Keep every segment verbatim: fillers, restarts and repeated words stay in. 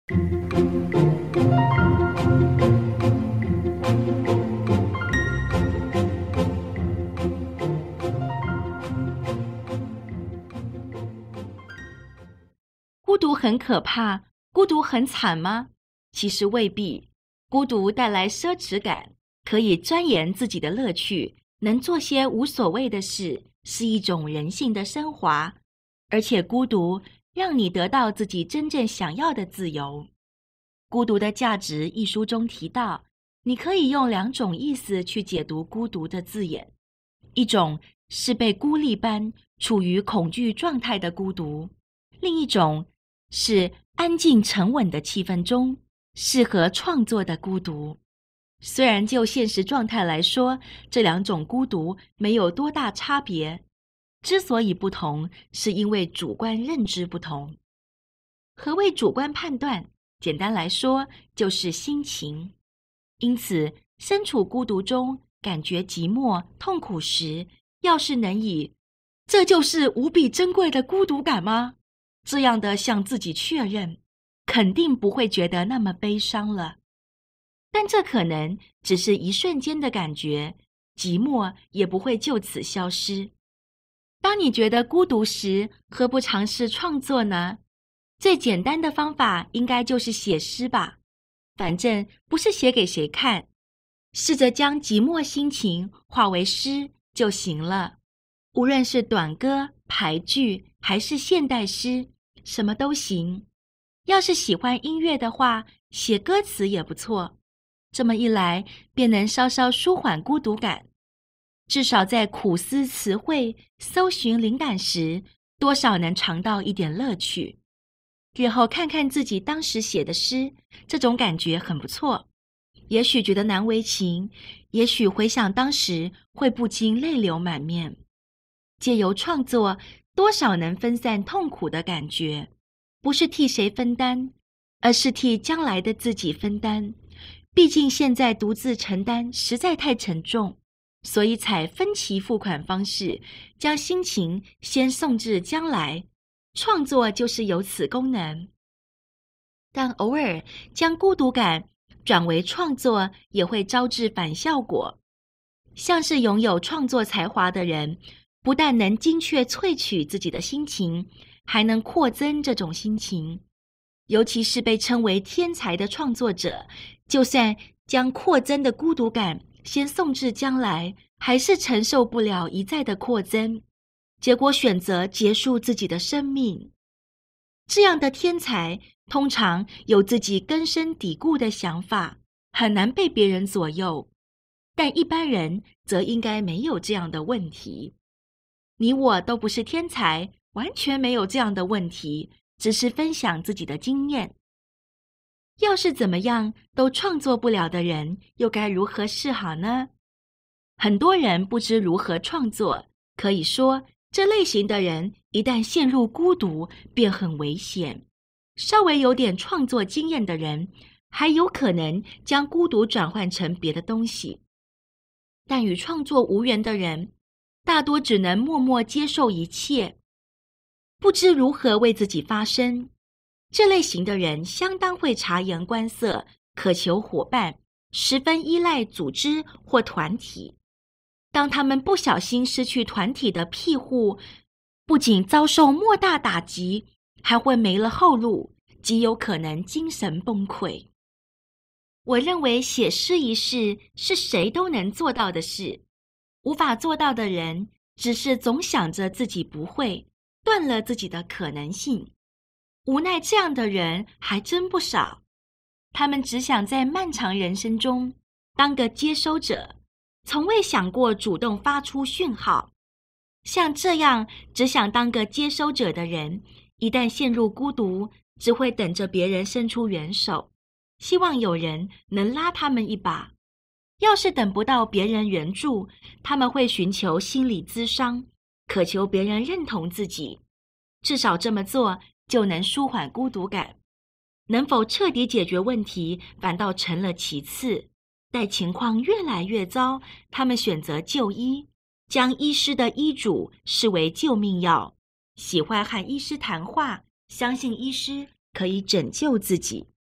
孤独很可怕，孤独很惨吗？其实未必。孤独带来奢侈感，可以钻研自己的乐趣，能做些无所谓的事，是一种人性的升华。而且孤独让你得到自己真正想要的自由。《孤独的价值》一书中提到，你可以用两种意思去解读孤独的字眼，一种是被孤立般处于恐惧状态的孤独，另一种是安静沉稳的气氛中适合创作的孤独。虽然就现实状态来说，这两种孤独没有多大差别，之所以不同，是因为主观认知不同。何谓主观判断？简单来说，就是心情。因此，身处孤独中，感觉寂寞、痛苦时，要是能以“这就是无比珍贵的孤独感吗”这样的向自己确认，肯定不会觉得那么悲伤了。但这可能只是一瞬间的感觉，寂寞也不会就此消失。当你觉得孤独时，何不尝试创作呢？最简单的方法应该就是写诗吧，反正不是写给谁看，试着将寂寞心情化为诗就行了。无论是短歌、俳句还是现代诗，什么都行。要是喜欢音乐的话，写歌词也不错。这么一来，便能稍稍舒缓孤独感。至少在苦思词汇、搜寻灵感时，多少能尝到一点乐趣。日后看看自己当时写的诗，这种感觉很不错。也许觉得难为情，也许回想当时会不禁泪流满面。借由创作，多少能分散痛苦的感觉，不是替谁分担，而是替将来的自己分担。毕竟现在独自承担实在太沉重，所以采分期付款方式，将心情先送至将来。创作就是有此功能。但偶尔将孤独感转为创作，也会招致反效果。像是拥有创作才华的人，不但能精确萃取自己的心情，还能扩增这种心情。尤其是被称为天才的创作者，就算将扩增的孤独感先送至将来，还是承受不了一再的扩增，结果选择结束自己的生命。这样的天才通常有自己根深蒂固的想法，很难被别人左右。但一般人则应该没有这样的问题。你我都不是天才，完全没有这样的问题，只是分享自己的经验。要是怎么样都创作不了的人，又该如何是好呢？很多人不知如何创作，可以说这类型的人一旦陷入孤独，便很危险。稍微有点创作经验的人，还有可能将孤独转换成别的东西。但与创作无缘的人，大多只能默默接受一切，不知如何为自己发声。这类型的人相当会察言观色，渴求伙伴，十分依赖组织或团体。当他们不小心失去团体的庇护，不仅遭受莫大打击，还会没了后路，极有可能精神崩溃。我认为写诗一事是谁都能做到的事，无法做到的人只是总想着自己不会，断了自己的可能性。无奈这样的人还真不少，他们只想在漫长人生中当个接收者，从未想过主动发出讯号。像这样只想当个接收者的人，一旦陷入孤独，只会等着别人伸出援手，希望有人能拉他们一把。要是等不到别人援助，他们会寻求心理咨商，渴求别人认同自己。至少这么做就能舒缓孤独感。能否彻底解决问题，反倒成了其次。待情况越来越糟，他们选择就医，将医师的医嘱视为救命药，喜欢和医师谈话，相信医师可以拯救自己。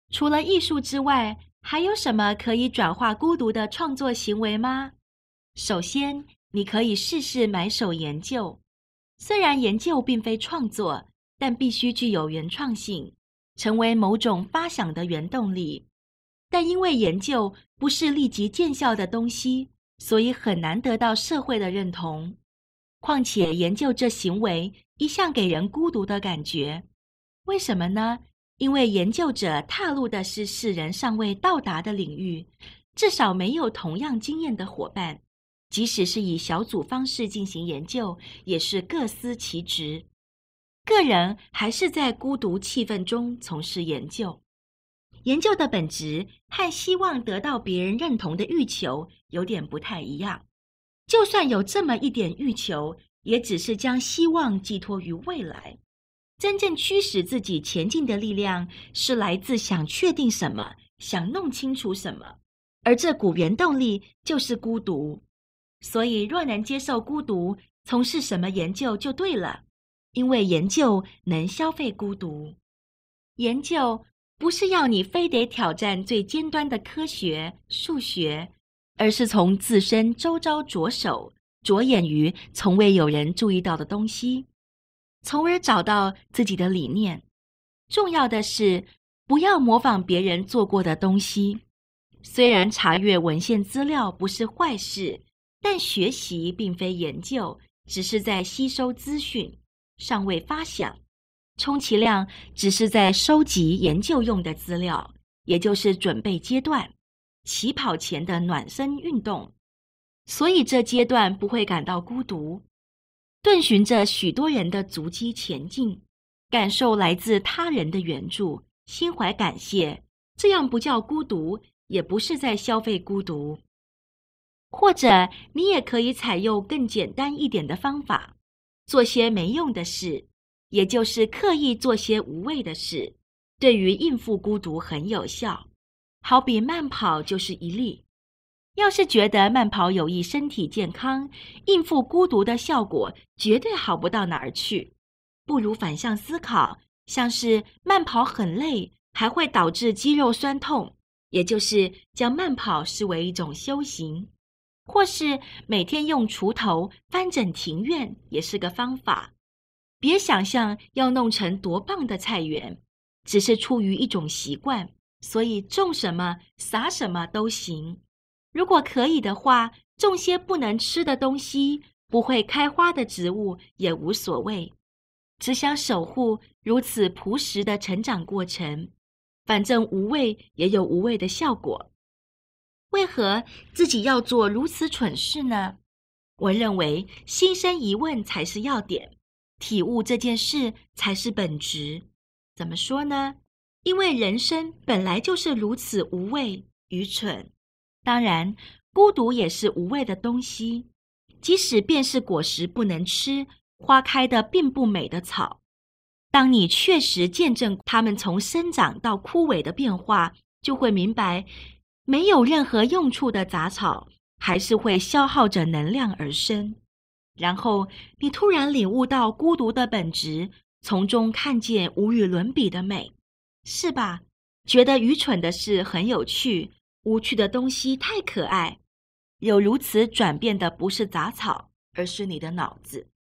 除了艺术之外，还有什么可以转化孤独的创作行为吗？首先，你可以试试埋首研究。虽然研究并非创作，但必须具有原创性，成为某种发想的原动力。但因为研究不是立即见效的东西，所以很难得到社会的认同。况且研究这行为一向给人孤独的感觉。为什么呢？因为研究者踏入的是世人尚未到达的领域，至少没有同样经验的伙伴。即使是以小组方式进行研究，也是各司其职。个人还是在孤独气氛中从事研究。研究的本质和希望得到别人认同的欲求有点不太一样。就算有这么一点欲求，也只是将希望寄托于未来。真正驱使自己前进的力量是来自想确定什么，想弄清楚什么，而这股原动力就是孤独。所以若能接受孤独，从事什么研究就对了，因为研究能消费孤独。研究不是要你非得挑战最尖端的科学、数学，而是从自身周遭着手，着眼于从未有人注意到的东西，从而找到自己的理念。重要的是，不要模仿别人做过的东西。虽然查阅文献资料不是坏事，但学习并非研究，只是在吸收资讯，尚未发想。充其量只是在收集研究用的资料，也就是准备阶段，起跑前的暖身运动。所以这阶段不会感到孤独，遵循着许多人的足迹前进，感受来自他人的援助，心怀感谢，这样不叫孤独，也不是在消费孤独。或者你也可以采用更简单一点的方法，做些没用的事，也就是刻意做些无谓的事，对于应付孤独很有效。好比慢跑就是一例。要是觉得慢跑有益身体健康，应付孤独的效果绝对好不到哪儿去。不如反向思考，像是慢跑很累，还会导致肌肉酸痛，也就是将慢跑视为一种修行。或是每天用锄头翻整庭院也是个方法。别想象要弄成多棒的菜园，只是出于一种习惯，所以种什么撒什么都行。如果可以的话，种些不能吃的东西，不会开花的植物也无所谓。只想守护如此朴实的成长过程，反正无味也有无味的效果。为何自己要做如此蠢事呢？我认为心生疑问才是要点，体悟这件事才是本质。怎么说呢？因为人生本来就是如此无味、愚蠢。当然，孤独也是无味的东西。即使便是果实不能吃，花开的并不美的草，当你确实见证它们从生长到枯萎的变化，就会明白，没有任何用处的杂草还是会消耗着能量而生。然后你突然领悟到孤独的本质，从中看见无与伦比的美，是吧？觉得愚蠢的事很有趣，无趣的东西太可爱。有如此转变的不是杂草，而是你的脑子。